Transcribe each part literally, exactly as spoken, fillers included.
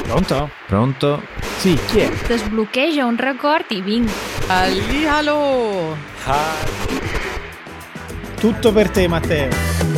Pronto? Pronto? Sì, chi è? Desbloqueja un record i vinc. Hallihallo! Ah. Tutto per te, Matteo.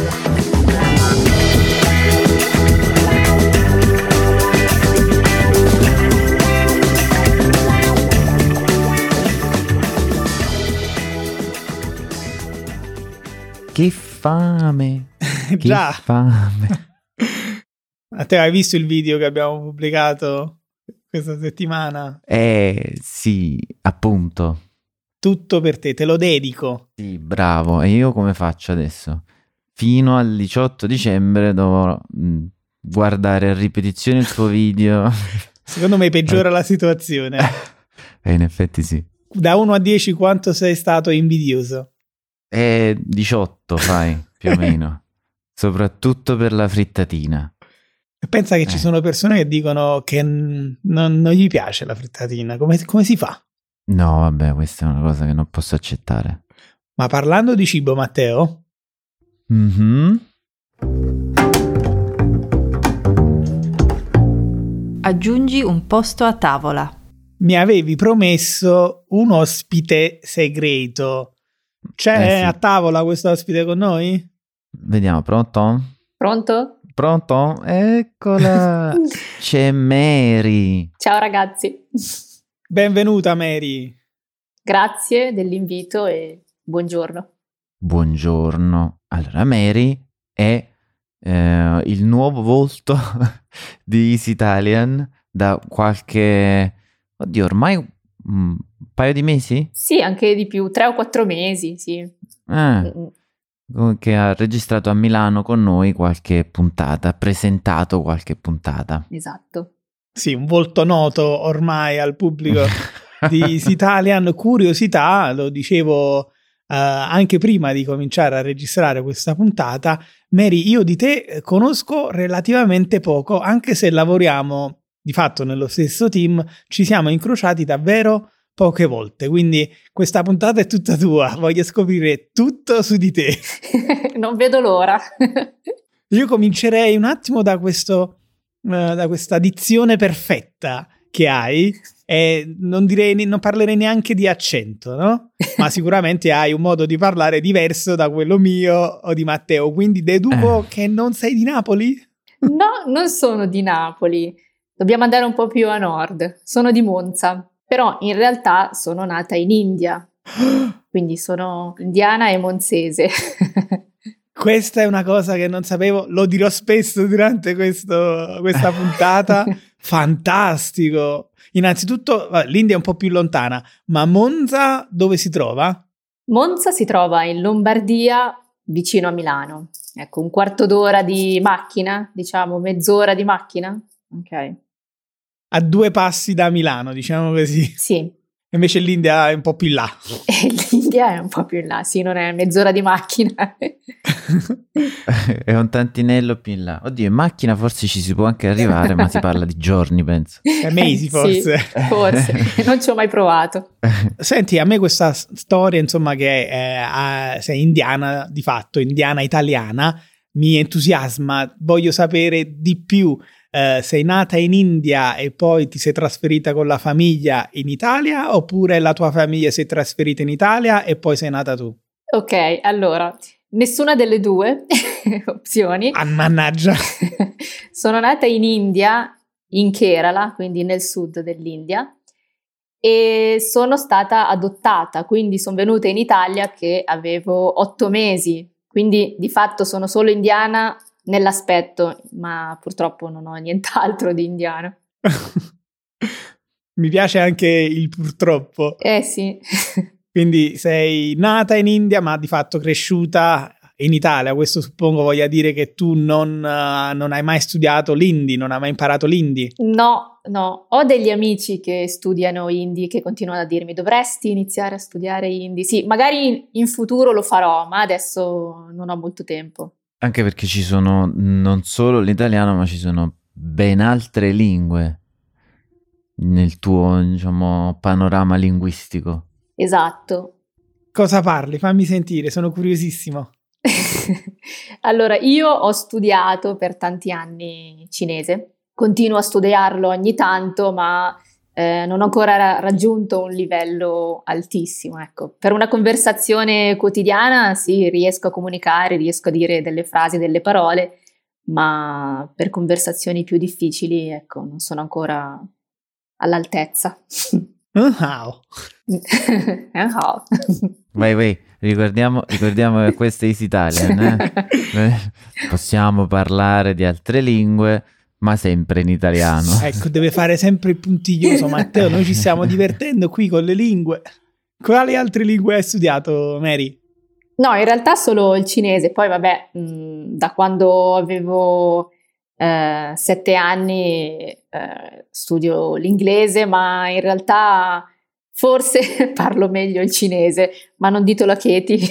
Che fame! Che Già. fame! Matteo, hai visto il video che abbiamo pubblicato questa settimana? Eh, sì, appunto. Tutto per te, te lo dedico. Sì, bravo. E io come faccio adesso? Fino al diciotto dicembre dovrò mh, guardare a ripetizione il tuo video. Secondo me peggiora la situazione. Eh, in effetti sì. Da uno a dieci quanto sei stato invidioso? Eh, diciotto fai, più o meno. Soprattutto per la frittatina. Pensa che Eh. ci sono persone che dicono che n- non, non gli piace la frittatina. Come, come si fa? No, vabbè, questa è una cosa che non posso accettare. Ma parlando di cibo, Matteo, Mhm. Aggiungi un posto a tavola. mi avevi promesso un ospite segreto. C'è Eh sì. a tavola questo ospite con noi? Vediamo, pronto? Pronto? Pronto? Eccola! C'è Mary! Ciao ragazzi, Benvenuta, Mary. grazie dell'invito e buongiorno. Buongiorno. Allora, Mary è eh, il nuovo volto di Easy Italian da qualche... Oddio, ormai un paio di mesi? Sì, anche di più, tre o quattro mesi, sì. Ah, Mm, che ha registrato a Milano con noi qualche puntata, ha presentato qualche puntata. esatto. Sì, un volto noto ormai al pubblico di Easy Italian. Curiosità, lo dicevo eh, anche prima di cominciare a registrare questa puntata. Mary, io di te eh, conosco relativamente poco, anche se lavoriamo di fatto nello stesso team, ci siamo incrociati davvero poche volte, quindi questa puntata è tutta tua, voglio scoprire tutto su di te. Non vedo l'ora. Io comincerei un attimo da questo eh, da questa dizione perfetta che hai, e non direi, non parlerei neanche di accento, no? Ma sicuramente hai un modo di parlare diverso da quello mio o di Matteo, quindi deduco Eh. che non sei di Napoli? No, non sono di Napoli. Dobbiamo andare un po' più a nord. Sono di Monza, però in realtà sono nata in India. Quindi sono indiana e monzese. Questa è una cosa che non sapevo, lo dirò spesso durante questo, questa puntata. Fantastico! Innanzitutto, vabbè, l'India è un po' più lontana, ma Monza dove si trova? Monza si trova in Lombardia, vicino a Milano. Ecco, un quarto d'ora di macchina, diciamo, mezz'ora di macchina. Ok. A due passi da Milano, diciamo così. Sì, Invece l'India è un po' più in là. e l'India è un po' più in là, sì, non è mezz'ora di macchina. È un tantinello più in là. Oddio, in macchina forse ci si può anche arrivare, ma si parla di giorni, penso. È mesi forse. Sì, forse, non ci ho mai provato. Senti, a me questa s- storia, insomma, che è, eh, sei indiana di fatto, indiana italiana, mi entusiasma. Voglio sapere di più. Eh, sei nata in India e poi ti sei trasferita con la famiglia in Italia, oppure la tua famiglia si è trasferita in Italia e poi sei nata tu? Ok, allora, nessuna delle due opzioni. Ah, mannaggia. Sono nata in India, in Kerala, quindi nel sud dell'India, e sono stata adottata, quindi sono venuta in Italia che avevo otto mesi, quindi di fatto sono solo indiana nell'aspetto, ma purtroppo non ho nient'altro di indiano. Mi piace anche il purtroppo. Eh sì, Quindi sei nata in India, ma di fatto cresciuta in Italia. Questo suppongo voglia dire che tu non, eh, non hai mai studiato l'indi, non hai mai imparato l'indi. no, no, ho degli amici che studiano hindi che continuano a dirmi dovresti iniziare a studiare hindi. Sì, magari in futuro lo farò, ma adesso non ho molto tempo. Anche perché ci sono non solo l'italiano, ma ci sono ben altre lingue nel tuo, diciamo, panorama linguistico. Esatto. Cosa parli? Fammi sentire, sono curiosissimo. Allora, io ho studiato per tanti anni cinese, continuo a studiarlo ogni tanto, ma eh, non ho ancora ra- raggiunto un livello altissimo. Ecco. Per una conversazione quotidiana sì, riesco a comunicare, riesco a dire delle frasi, delle parole, ma per conversazioni più difficili, ecco, non sono ancora all'altezza. Wow. Wow. Vai, vai, ricordiamo, ricordiamo che questo è Easy Italian, eh? Eh, possiamo parlare di altre lingue, ma sempre in italiano. Ecco, deve fare sempre il puntiglioso, Matteo. Noi ci stiamo divertendo qui con le lingue. Quali altre lingue hai studiato, Mary? No, in realtà solo il cinese. Poi, vabbè, mh, da quando avevo eh, sette anni eh, studio l'inglese, ma in realtà forse parlo meglio il cinese, ma non ditelo a Katie.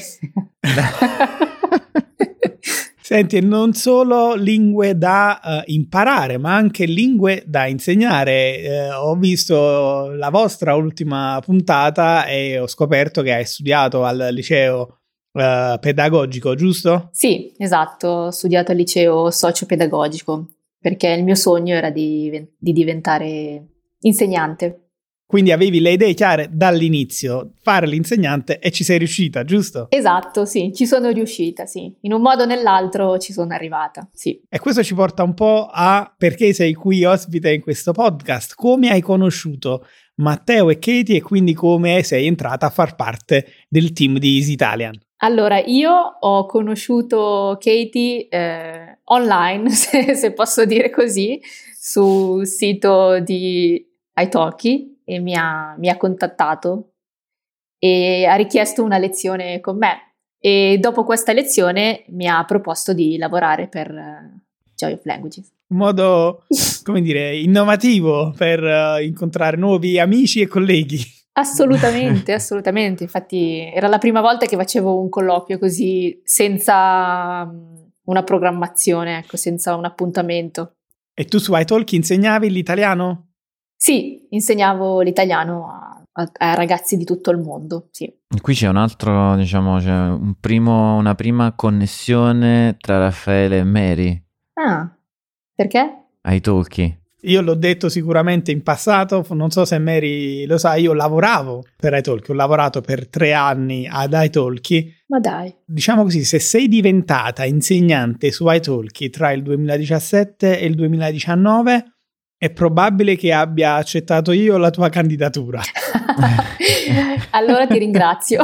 Senti, e non solo lingue da uh, imparare, ma anche lingue da insegnare. Eh, ho visto la vostra ultima puntata e ho scoperto che hai studiato al liceo uh, pedagogico, giusto? Sì, esatto, ho studiato al liceo socio-pedagogico perché il mio sogno era di, di diventare insegnante. Quindi avevi le idee chiare dall'inizio, fare l'insegnante, e ci sei riuscita, giusto? Esatto, sì, ci sono riuscita, sì. In un modo o nell'altro ci sono arrivata, sì. E questo ci porta un po' a perché sei qui ospite in questo podcast. Come hai conosciuto Matteo e Katie e quindi come sei entrata a far parte del team di Easy Italian? Allora, io ho conosciuto Katie eh, online, se, se posso dire così, sul sito di italki. E mi ha, mi ha contattato e ha richiesto una lezione con me e dopo questa lezione mi ha proposto di lavorare per uh, Joy of Languages. Un modo, come dire, innovativo per uh, incontrare nuovi amici e colleghi. Assolutamente, assolutamente. Infatti era la prima volta che facevo un colloquio così senza um, una programmazione, ecco, senza un appuntamento. E tu su italki insegnavi l'italiano? Sì, insegnavo l'italiano a, a, a ragazzi di tutto il mondo, sì. Qui c'è un altro, diciamo, c'è un primo, una prima connessione tra Raffaele e Mary. Ah, perché? italki. Io l'ho detto sicuramente in passato, non so se Mary lo sa, io lavoravo per italki, ho lavorato per tre anni ad italki. Ma dai. Diciamo così, se sei diventata insegnante su italki tra il duemiladiciassette e il duemiladiciannove, è probabile che abbia accettato io la tua candidatura. Allora ti ringrazio.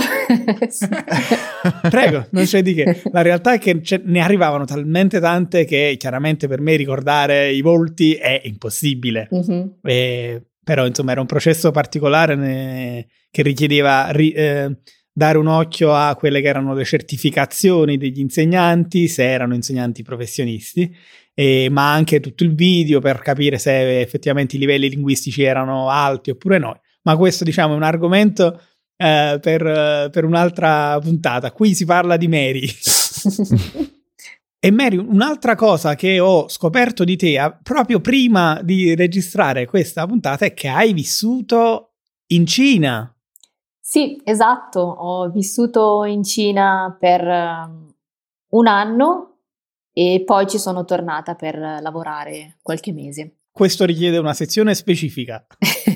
Prego, non c'è di che. La realtà è che ne arrivavano talmente tante che chiaramente per me ricordare i volti è impossibile. Mm-hmm. E, però insomma era un processo particolare ne, che richiedeva ri, eh, dare un occhio a quelle che erano le certificazioni degli insegnanti, se erano insegnanti professionisti. E, ma anche tutto il video per capire se effettivamente i livelli linguistici erano alti oppure no. Ma questo, diciamo, è un argomento eh, per, per un'altra puntata. Qui si parla di Mary. E Mary, un'altra cosa che ho scoperto di te proprio prima di registrare questa puntata è che hai vissuto in Cina. Sì, esatto. Ho vissuto in Cina per um, un anno. E poi ci sono tornata per lavorare qualche mese. Questo richiede una sezione specifica.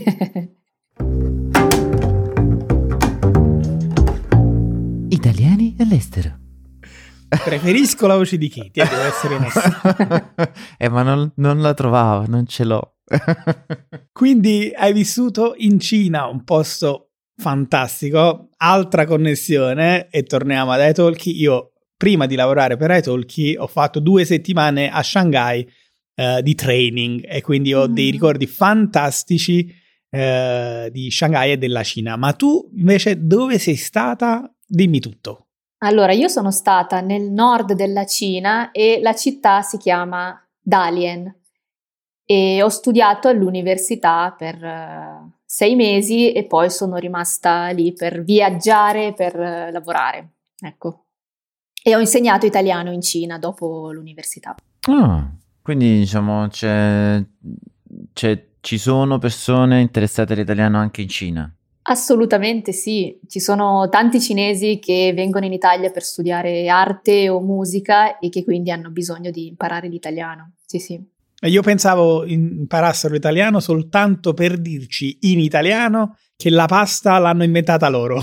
Italiani all'estero. Preferisco la voce di Katie, devo essere onesto. eh, ma non, non la trovavo, non ce l'ho. Quindi hai vissuto in Cina, un posto fantastico, altra connessione, e torniamo ad italki. Io prima di lavorare per italki ho fatto due settimane a Shanghai eh, di training e quindi ho mm. dei ricordi fantastici eh, di Shanghai e della Cina. Ma tu invece dove sei stata? Dimmi tutto. Allora, io sono stata nel nord della Cina e la città si chiama Dalian e ho studiato all'università per uh, sei mesi e poi sono rimasta lì per viaggiare, per uh, lavorare, ecco. E ho insegnato italiano in Cina dopo l'università. Ah, quindi diciamo c'è, c'è, ci sono persone interessate all'italiano anche in Cina? Assolutamente sì, ci sono tanti cinesi che vengono in Italia per studiare arte o musica e che quindi hanno bisogno di imparare l'italiano, sì sì. Io pensavo imparassero l'italiano soltanto per dirci in italiano che la pasta l'hanno inventata loro.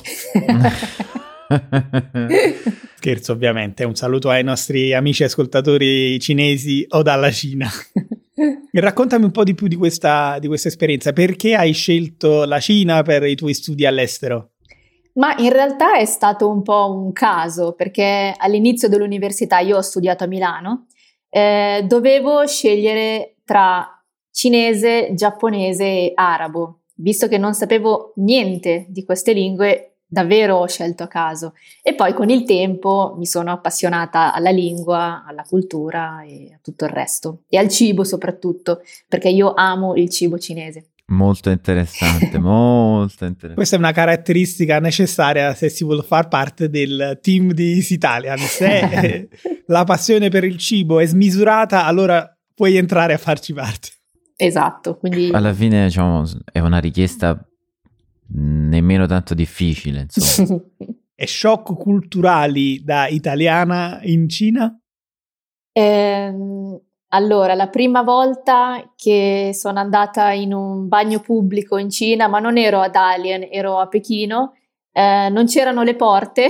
Scherzo, ovviamente. Un saluto ai nostri amici ascoltatori cinesi o dalla Cina. Raccontami un po' di più di questa, di questa esperienza. Perché hai scelto la Cina per i tuoi studi all'estero? Ma in realtà è stato un po' un caso, perché all'inizio dell'università io ho studiato a Milano, eh, dovevo scegliere tra cinese, giapponese e arabo. Visto che non sapevo niente di queste lingue, davvero ho scelto a caso. E poi con il tempo mi sono appassionata alla lingua, alla cultura e a tutto il resto. E al cibo soprattutto, perché io amo il cibo cinese. Molto interessante, molto interessante. Questa è una caratteristica necessaria se si vuole far parte del team di Easy Italian. Se la passione per il cibo è smisurata, allora puoi entrare a farci parte. Esatto, quindi... Alla fine, diciamo, è una richiesta nemmeno tanto difficile, insomma. E shock culturali da italiana in Cina? Ehm... Allora, la prima volta che sono andata in un bagno pubblico in Cina, ma non ero ad Dalian, ero a Pechino, eh, non c'erano le porte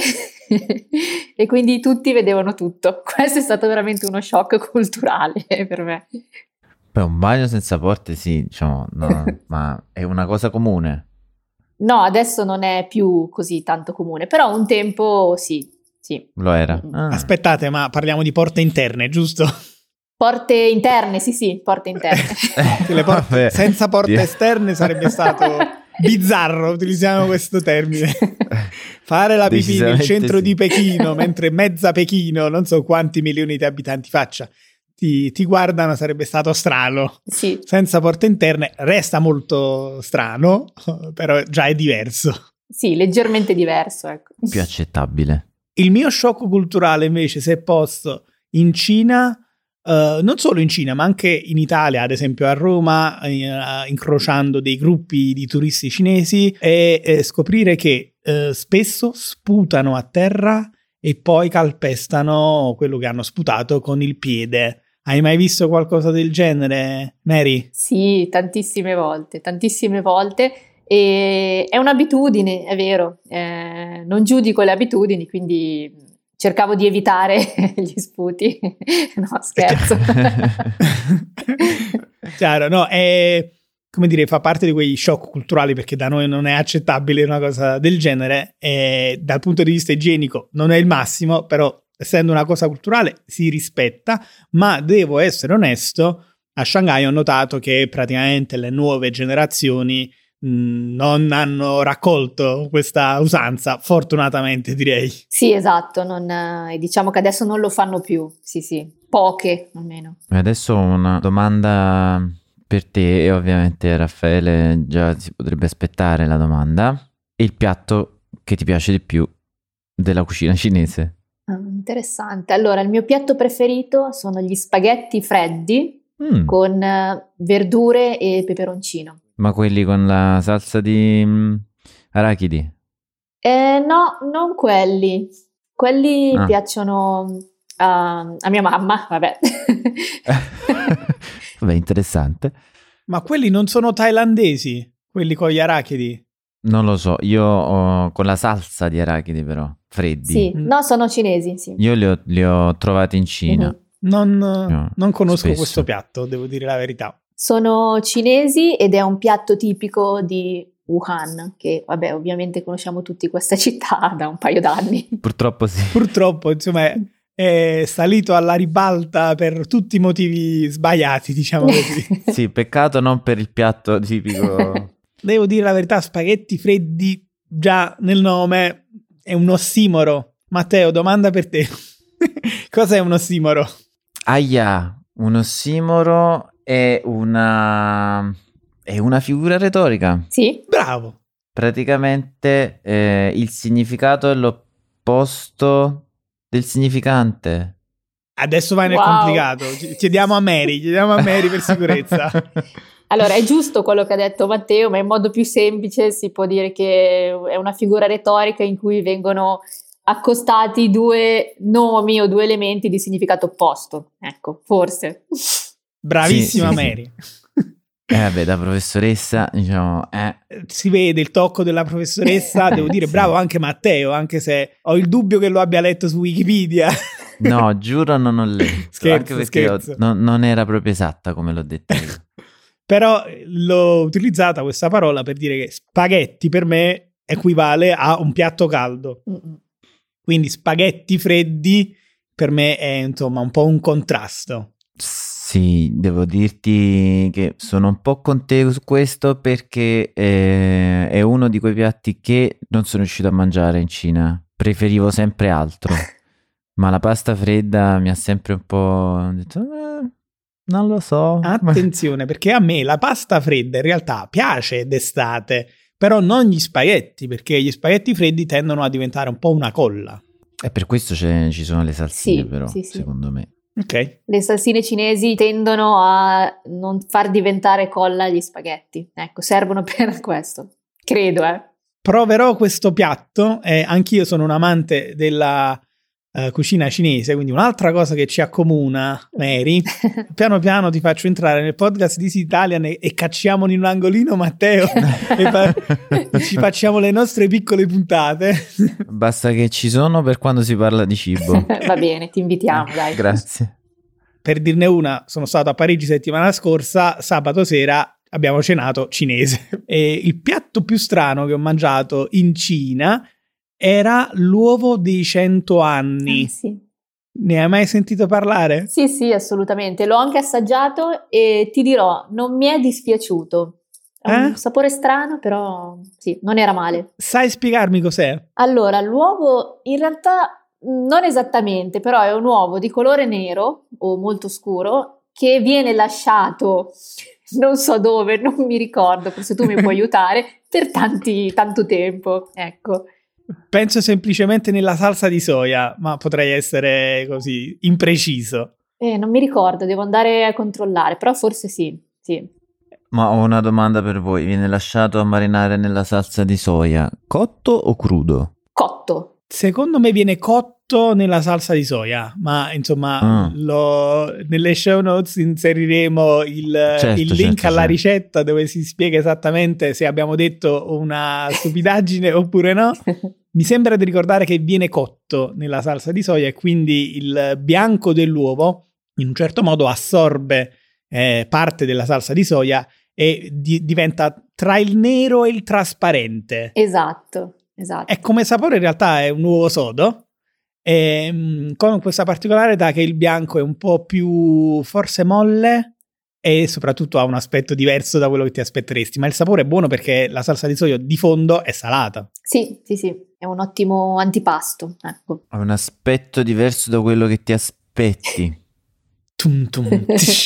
e quindi tutti vedevano tutto. Questo è stato veramente uno shock culturale per me. Beh, un bagno senza porte, sì, diciamo, no, ma è una cosa comune. No, adesso non è più così tanto comune, però un tempo sì, sì. Lo era. Ah. Aspettate, ma parliamo di porte interne, giusto? Porte interne, sì sì, porte interne. Le porte, senza porte esterne sarebbe stato bizzarro, utilizziamo questo termine. Fare la pipì nel centro sì. di Pechino, mentre mezza Pechino, non so quanti milioni di abitanti faccia, ti, ti guardano, sarebbe stato strano. Sì. Senza porte interne resta molto strano, però già è diverso. Sì, leggermente diverso, ecco. Più accettabile. Il mio shock culturale invece si è posto in Cina. Uh, non solo in Cina, ma anche in Italia, ad esempio a Roma, uh, incrociando dei gruppi di turisti cinesi e eh, scoprire che uh, spesso sputano a terra e poi calpestano quello che hanno sputato con il piede. Hai mai visto qualcosa del genere, Mary? Sì, tantissime volte, tantissime volte. E è un'abitudine, è vero. Eh, non giudico le abitudini, quindi... cercavo di evitare gli sputi. No, scherzo. Chiaro, no, è, come dire, fa parte di quei shock culturali perché da noi non è accettabile una cosa del genere e dal punto di vista igienico non è il massimo, però essendo una cosa culturale si rispetta, ma devo essere onesto, a Shanghai ho notato che praticamente le nuove generazioni non hanno raccolto questa usanza, fortunatamente direi. Sì, esatto, non, eh, diciamo che adesso non lo fanno più, sì sì, poche almeno. Adesso una domanda per te e ovviamente Raffaele già si potrebbe aspettare la domanda. Il piatto che ti piace di più della cucina cinese? Ah, interessante, allora il mio piatto preferito sono gli spaghetti freddi mm. con uh, verdure e peperoncino. Ma quelli con la salsa di um, arachidi? Eh, no, non quelli. Quelli ah. piacciono uh, a mia mamma, vabbè. Vabbè, interessante. Ma quelli non sono thailandesi, quelli con gli arachidi? Non lo so, io ho con la salsa di arachidi però, freddi. Sì, mm. no, sono cinesi, sì. Io li ho, li ho trovati in Cina. Mm-hmm. Non, no, non conosco spesso. questo piatto, devo dire la verità. Sono cinesi ed è un piatto tipico di Wuhan, che vabbè ovviamente conosciamo tutti questa città da un paio d'anni. Purtroppo sì. Purtroppo insomma è, è salito alla ribalta per tutti i motivi sbagliati, diciamo così. Sì, peccato non per il piatto tipico. Devo dire la verità, spaghetti freddi già nel nome è un ossimoro. Matteo, domanda per te. Cos'è un ossimoro? Aia, un ossimoro è una è una figura retorica. Sì. Bravo. Praticamente eh, il significato è l'opposto del significante. Adesso vai nel wow. complicato. Chiediamo a Mary, chiediamo a Mary per sicurezza. Allora, è giusto quello che ha detto Matteo, ma in modo più semplice si può dire che è una figura retorica in cui vengono accostati due nomi o due elementi di significato opposto. Ecco, forse. Bravissima Sì, sì, Mary. Eh vabbè, da professoressa, diciamo, eh. Si vede il tocco della professoressa, devo dire Sì. bravo anche Matteo, anche se ho il dubbio che lo abbia letto su Wikipedia. No, giuro non ho letto, Scherzo, anche perché ho- scherzo. non, non era proprio esatta come l'ho detta io. Però l'ho utilizzata questa parola per dire che spaghetti per me equivale a un piatto caldo. Mm-mm. Quindi spaghetti freddi per me è insomma un po' un contrasto. Sì, devo dirti che sono un po' con te su questo perché eh, è uno di quei piatti che non sono riuscito a mangiare in Cina. Preferivo sempre altro. Ma la pasta fredda mi ha sempre un po' detto, eh, non lo so. Attenzione, perché a me la pasta fredda in realtà piace d'estate, però non gli spaghetti, perché gli spaghetti freddi tendono a diventare un po' una colla. E per questo c'è- ci sono le salsine, Sì, però, sì, sì. secondo me. Ok. Le salsine cinesi tendono a non far diventare colla gli spaghetti. Ecco, servono per questo. Credo, eh. Proverò questo piatto e anch'io sono un amante della eh, cucina cinese, quindi un'altra cosa che ci accomuna, Mary. Piano piano ti faccio entrare nel podcast di Easy Italian e, e cacciamolo in un angolino, Matteo, e fa- ci facciamo le nostre piccole puntate. Basta che ci sono per quando si parla di cibo. Va bene, ti invitiamo, dai. Grazie. Per dirne una, sono stato a Parigi settimana scorsa, sabato sera abbiamo cenato cinese. E il piatto più strano che ho mangiato in Cina era l'uovo dei cento anni. Ah, sì. Ne hai mai sentito parlare? Sì, sì, assolutamente. L'ho anche assaggiato e ti dirò, non mi è dispiaciuto. Ha Eh? un sapore strano, però sì, non era male. Sai spiegarmi cos'è? Allora, l'uovo in realtà mh, non esattamente, però è un uovo di colore nero o molto scuro che viene lasciato, non so dove, non mi ricordo, forse tu mi puoi aiutare, per tanti, tanto tempo, ecco. Penso semplicemente nella salsa di soia, ma potrei essere così impreciso. Eh, non mi ricordo, devo andare a controllare, però forse sì, sì. Ma ho una domanda per voi. Viene lasciato a marinare nella salsa di soia, cotto o crudo? Cotto. Secondo me viene cotto nella salsa di soia, ma insomma Ah. lo- nelle show notes inseriremo il, Certo, il link certo, alla certo. ricetta dove si spiega esattamente se abbiamo detto una stupidaggine oppure no. Mi sembra di ricordare che viene cotto nella salsa di soia e quindi il bianco dell'uovo in un certo modo assorbe eh, parte della salsa di soia e di- diventa tra il nero e il trasparente. Esatto, esatto. E come sapore in realtà è un uovo sodo, e, mh, con questa particolarità che il bianco è un po' più forse molle e soprattutto ha un aspetto diverso da quello che ti aspetteresti, ma il sapore è buono perché la salsa di soia di fondo è salata. Sì, sì, sì, è un ottimo antipasto, ecco. Ha un aspetto diverso da quello che ti aspetti. Tum tum.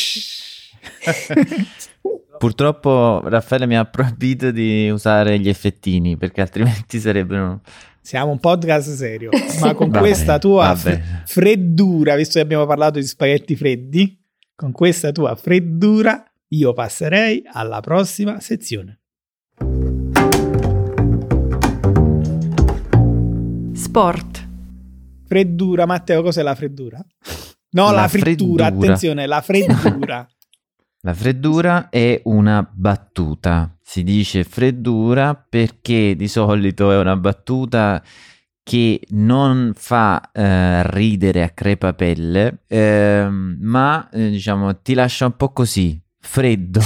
Purtroppo Raffaele mi ha proibito di usare gli effettini perché altrimenti sarebbero... Siamo un podcast serio, ma con Vabbè, questa tua vabbè. f- freddura, visto che abbiamo parlato di spaghetti freddi, con questa tua freddura io passerei alla prossima sezione. Sport. Freddura, Matteo, cos'è la freddura? No, la, La frittura, freddura. attenzione, la freddura. La freddura è una battuta. Si dice freddura perché di solito è una battuta che non fa eh, ridere a crepapelle, ehm, ma eh, diciamo ti lascia un po' così, freddo.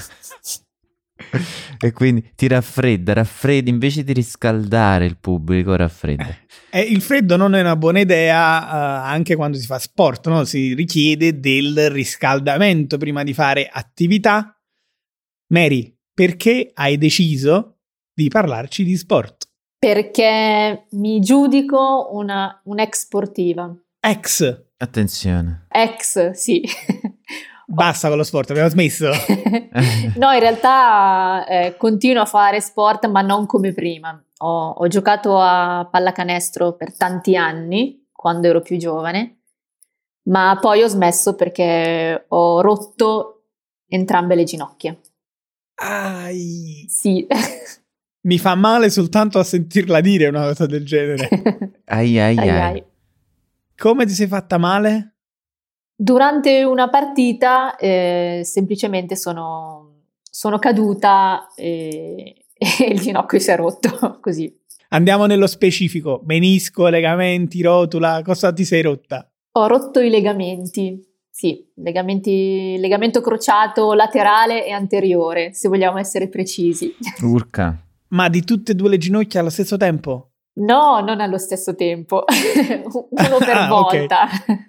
E quindi ti raffredda, raffredda, invece di riscaldare il pubblico, raffredda. E il freddo non è una buona idea eh, anche quando si fa sport, no? Si richiede del riscaldamento prima di fare attività. Mary, perché hai deciso di parlarci di sport? Perché mi giudico una, un'ex sportiva. Ex, Attenzione. Ex, sì. basta con lo sport, abbiamo smesso. No, in realtà eh, continuo a fare sport, ma non come prima. Ho, ho giocato a pallacanestro per tanti anni, quando ero più giovane, ma poi ho smesso perché ho rotto entrambe le ginocchia. Ai, Sì. mi fa male soltanto a sentirla dire una cosa del genere. Ai ai ai. Ai, ai. Come ti sei fatta male? Durante una partita eh, semplicemente sono, sono caduta e, e il ginocchio si è rotto, così. Andiamo nello specifico, menisco, legamenti, rotula, cosa ti sei rotta? Ho rotto i legamenti, sì, legamenti, legamento crociato laterale e anteriore, se vogliamo essere precisi. Urca. Ma di tutte e due le ginocchia allo stesso tempo? No, non allo stesso tempo, uno per Ah, volta.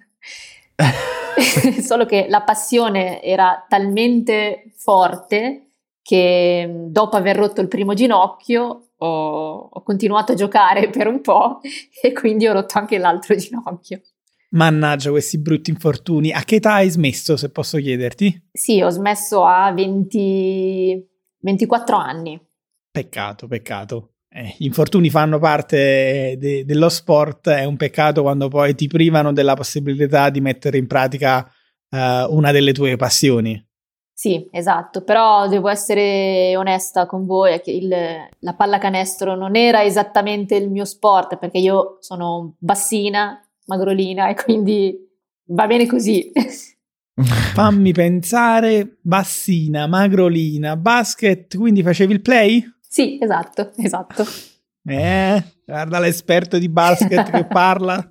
Solo che la passione era talmente forte che dopo aver rotto il primo ginocchio ho, ho continuato a giocare per un po' e quindi ho rotto anche l'altro ginocchio. Mannaggia questi brutti infortuni. A che età hai smesso, se posso chiederti? Sì, ho smesso a venti, ventiquattro anni. Peccato, peccato. Eh, gli infortuni fanno parte de- dello sport, è un peccato quando poi ti privano della possibilità di mettere in pratica eh, una delle tue passioni. Sì, esatto, però devo essere onesta con voi, è che il, la pallacanestro non era esattamente il mio sport, perché io sono bassina, magrolina e quindi va bene così. Fammi pensare, bassina, magrolina, basket, quindi facevi il play? Sì, esatto, esatto. Eh, guarda l'esperto di basket che parla.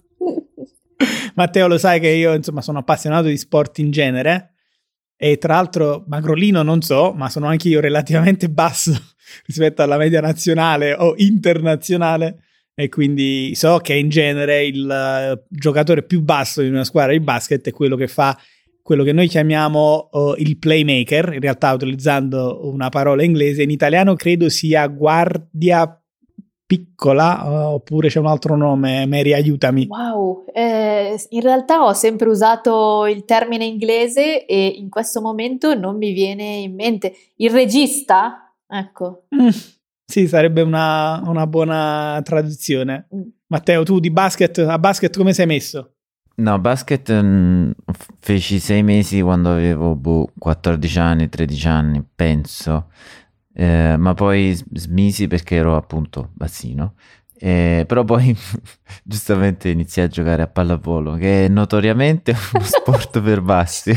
Matteo, lo sai che io insomma sono appassionato di sport in genere e tra l'altro magrolino non so, ma sono anche io relativamente basso rispetto alla media nazionale o internazionale e quindi so che in genere il uh, giocatore più basso in una squadra di basket è quello che fa quello che noi chiamiamo uh, il playmaker, in realtà utilizzando una parola inglese, in italiano credo sia guardia piccola, uh, oppure c'è un altro nome, Mary aiutami. Wow, eh, in realtà ho sempre usato il termine inglese e in questo momento non mi viene in mente. Il regista? Ecco. Mm, sì, sarebbe una, una buona traduzione. Mm. Matteo, tu di basket, a basket come sei messo? No, basket mh, feci sei mesi quando avevo boh, quattordici anni, tredici anni, penso, eh, ma poi s- smisi perché ero appunto bassino, eh, però poi giustamente iniziai a giocare a pallavolo, che è notoriamente uno sport per bassi.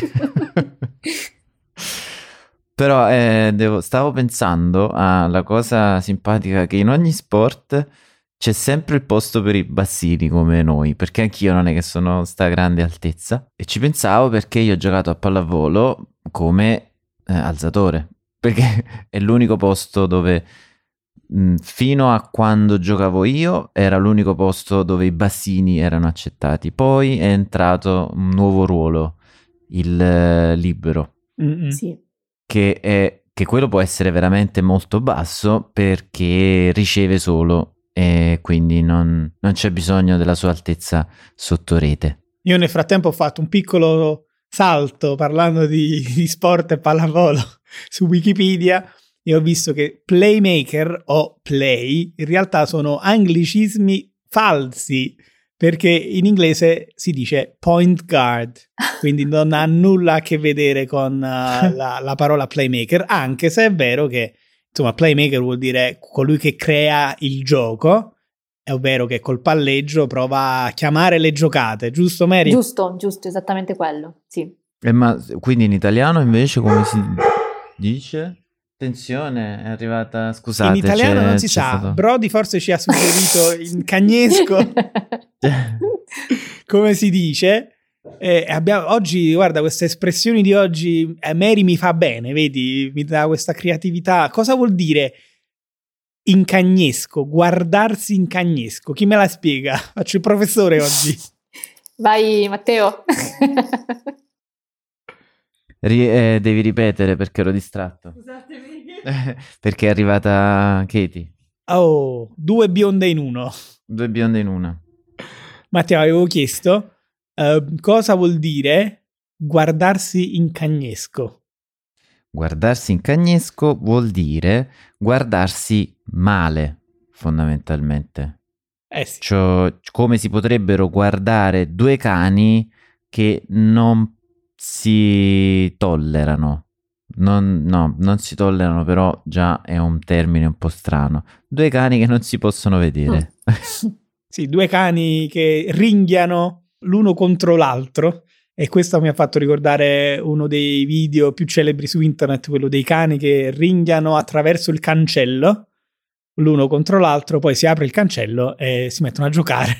Però eh, devo- stavo pensando alla cosa simpatica che in ogni sport c'è sempre il posto per i bassini come noi, perché anch'io non è che sono sta grande altezza. E ci pensavo perché io ho giocato a pallavolo come eh, alzatore, perché è l'unico posto dove mh, fino a quando giocavo io era l'unico posto dove i bassini erano accettati. Poi è entrato un nuovo ruolo, il eh, libero, Mm-mm. Sì. che è che quello può essere veramente molto basso perché riceve solo e quindi non, non c'è bisogno della sua altezza sotto rete. Io nel frattempo ho fatto un piccolo salto parlando di, di sport e pallavolo su Wikipedia e ho visto che playmaker o play in realtà sono anglicismi falsi perché in inglese si dice point guard, quindi non ha nulla a che vedere con uh, la, la parola playmaker, anche se è vero che insomma playmaker vuol dire colui che crea il gioco, è ovvero che col palleggio prova a chiamare le giocate, giusto Mary? Giusto, giusto, esattamente quello, sì. E ma quindi in italiano invece come si dice? Attenzione, è arrivata, scusate. In italiano c'è- non si c'è sa, stato- Brody forse ci ha suggerito in cagnesco come si dice. E abbiamo, oggi, guarda, queste espressioni di oggi, eh, Mary mi fa bene, vedi, mi dà questa creatività. Cosa vuol dire in cagnesco? Guardarsi in cagnesco? Chi me la spiega? Faccio il professore oggi. Vai Matteo. Ri- eh, devi ripetere perché ero distratto. Perché è arrivata Katie. Oh, due bionde in uno. Due bionde in una. Matteo, avevo chiesto eh, cosa vuol dire guardarsi in cagnesco. Guardarsi in cagnesco vuol dire guardarsi male, fondamentalmente. Eh sì. Cioè, come si potrebbero guardare due cani che non si tollerano. Non, no, non si tollerano, però già è un termine un po' strano. Due cani che non si possono vedere. Sì, due cani che ringhiano l'uno contro l'altro e questo mi ha fatto ricordare uno dei video più celebri su internet, quello dei cani che ringhiano attraverso il cancello, l'uno contro l'altro, poi si apre il cancello e si mettono a giocare.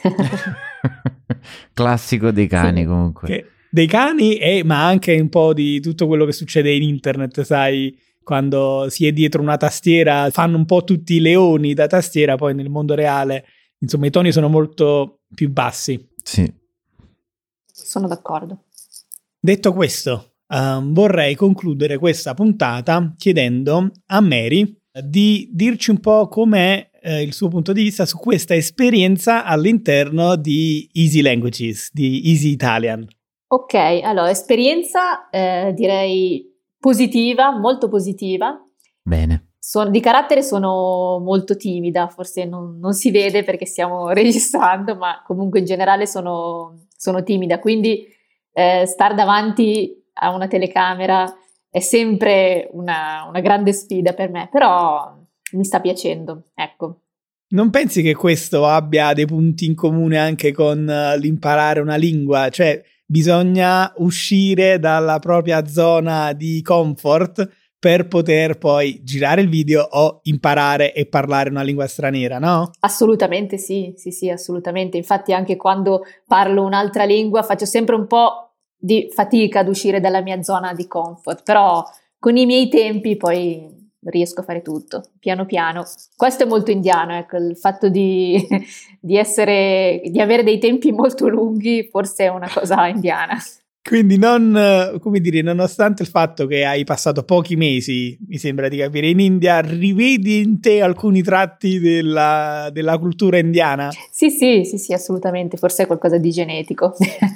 Classico dei cani, sì, comunque. Che, dei cani, e, ma anche un po' di tutto quello che succede in internet, sai, quando si è dietro una tastiera, fanno un po' tutti i leoni da tastiera, poi nel mondo reale, insomma, i toni sono molto più bassi. Sì. Sono d'accordo. Detto questo, um, vorrei concludere questa puntata chiedendo a Mary di dirci un po' com'è eh, il suo punto di vista su questa esperienza all'interno di Easy Languages, di Easy Italian. Ok, allora, esperienza eh, direi positiva, molto positiva. Bene. Sono, di carattere sono molto timida, forse non, non si vede perché stiamo registrando, ma comunque in generale sono, sono timida, quindi eh, star davanti a una telecamera è sempre una, una grande sfida per me, però mi sta piacendo, ecco. Non pensi che questo abbia dei punti in comune anche con uh, l'imparare una lingua? Cioè, bisogna uscire dalla propria zona di comfort per poter poi girare il video o imparare e parlare una lingua straniera, no? Assolutamente sì, sì, sì, assolutamente. Infatti anche quando parlo un'altra lingua faccio sempre un po' di fatica ad uscire dalla mia zona di comfort, però con i miei tempi poi riesco a fare tutto, piano piano. Questo è molto indiano, ecco, il fatto di, di essere, di avere dei tempi molto lunghi forse è una cosa indiana. Quindi non, come dire, nonostante il fatto che hai passato pochi mesi, mi sembra di capire, in India, rivedi in te alcuni tratti della, della cultura indiana? Sì, sì, sì, sì, assolutamente, forse è qualcosa di genetico.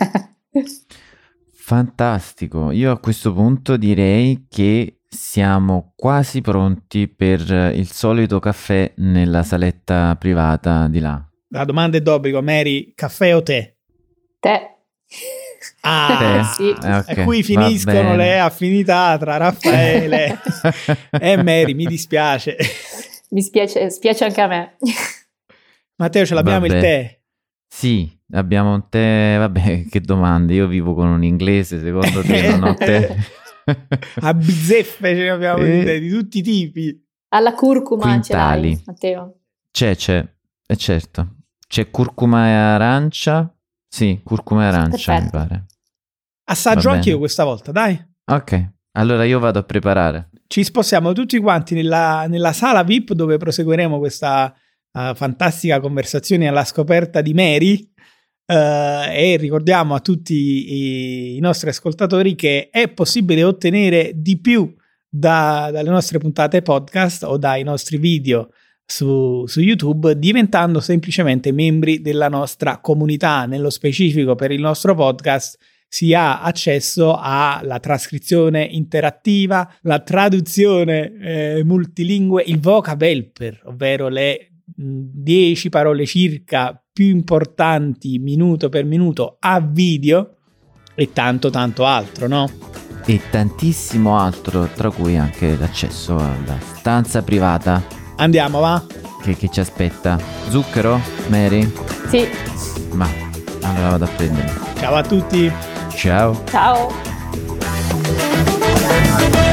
Fantastico, io a questo punto direi che siamo quasi pronti per il solito caffè nella saletta privata di là. La domanda è d'obbligo, Mary, caffè o tè? Tè. Ah, sì. eh, okay, e qui finiscono le affinità tra Raffaele e Mary, mi dispiace. Mi spiace, spiace anche a me. Matteo, ce l'abbiamo vabbè. Il tè? Sì, abbiamo un tè, vabbè, che domande, io vivo con un inglese, secondo te non ho tè? A bizzeffe ce ne abbiamo eh. di, tè, di tutti i tipi. Alla curcuma Quintali. ce l'hai, Matteo? C'è, c'è, è certo. C'è curcuma e arancia. Sì, curcuma e arancia, Perfetto. mi pare. Assaggio Va anche io bene. questa volta, dai. Ok, allora io vado a preparare. Ci spostiamo tutti quanti nella, nella sala V I P dove proseguiremo questa uh, fantastica conversazione alla scoperta di Mary. Uh, e ricordiamo a tutti i, i nostri ascoltatori che è possibile ottenere di più da, dalle nostre puntate podcast o dai nostri video su, su YouTube diventando semplicemente membri della nostra comunità. Nello specifico per il nostro podcast si ha accesso alla trascrizione interattiva, la traduzione eh, multilingue, il vocab helper, ovvero le dieci parole circa più importanti minuto per minuto a video e tanto tanto altro, no? E tantissimo altro, tra cui anche l'accesso alla stanza privata. Andiamo, va? Che, che ci aspetta? Zucchero, Mary? Sì. Ma allora vado a prendere. Ciao a tutti. Ciao. Ciao.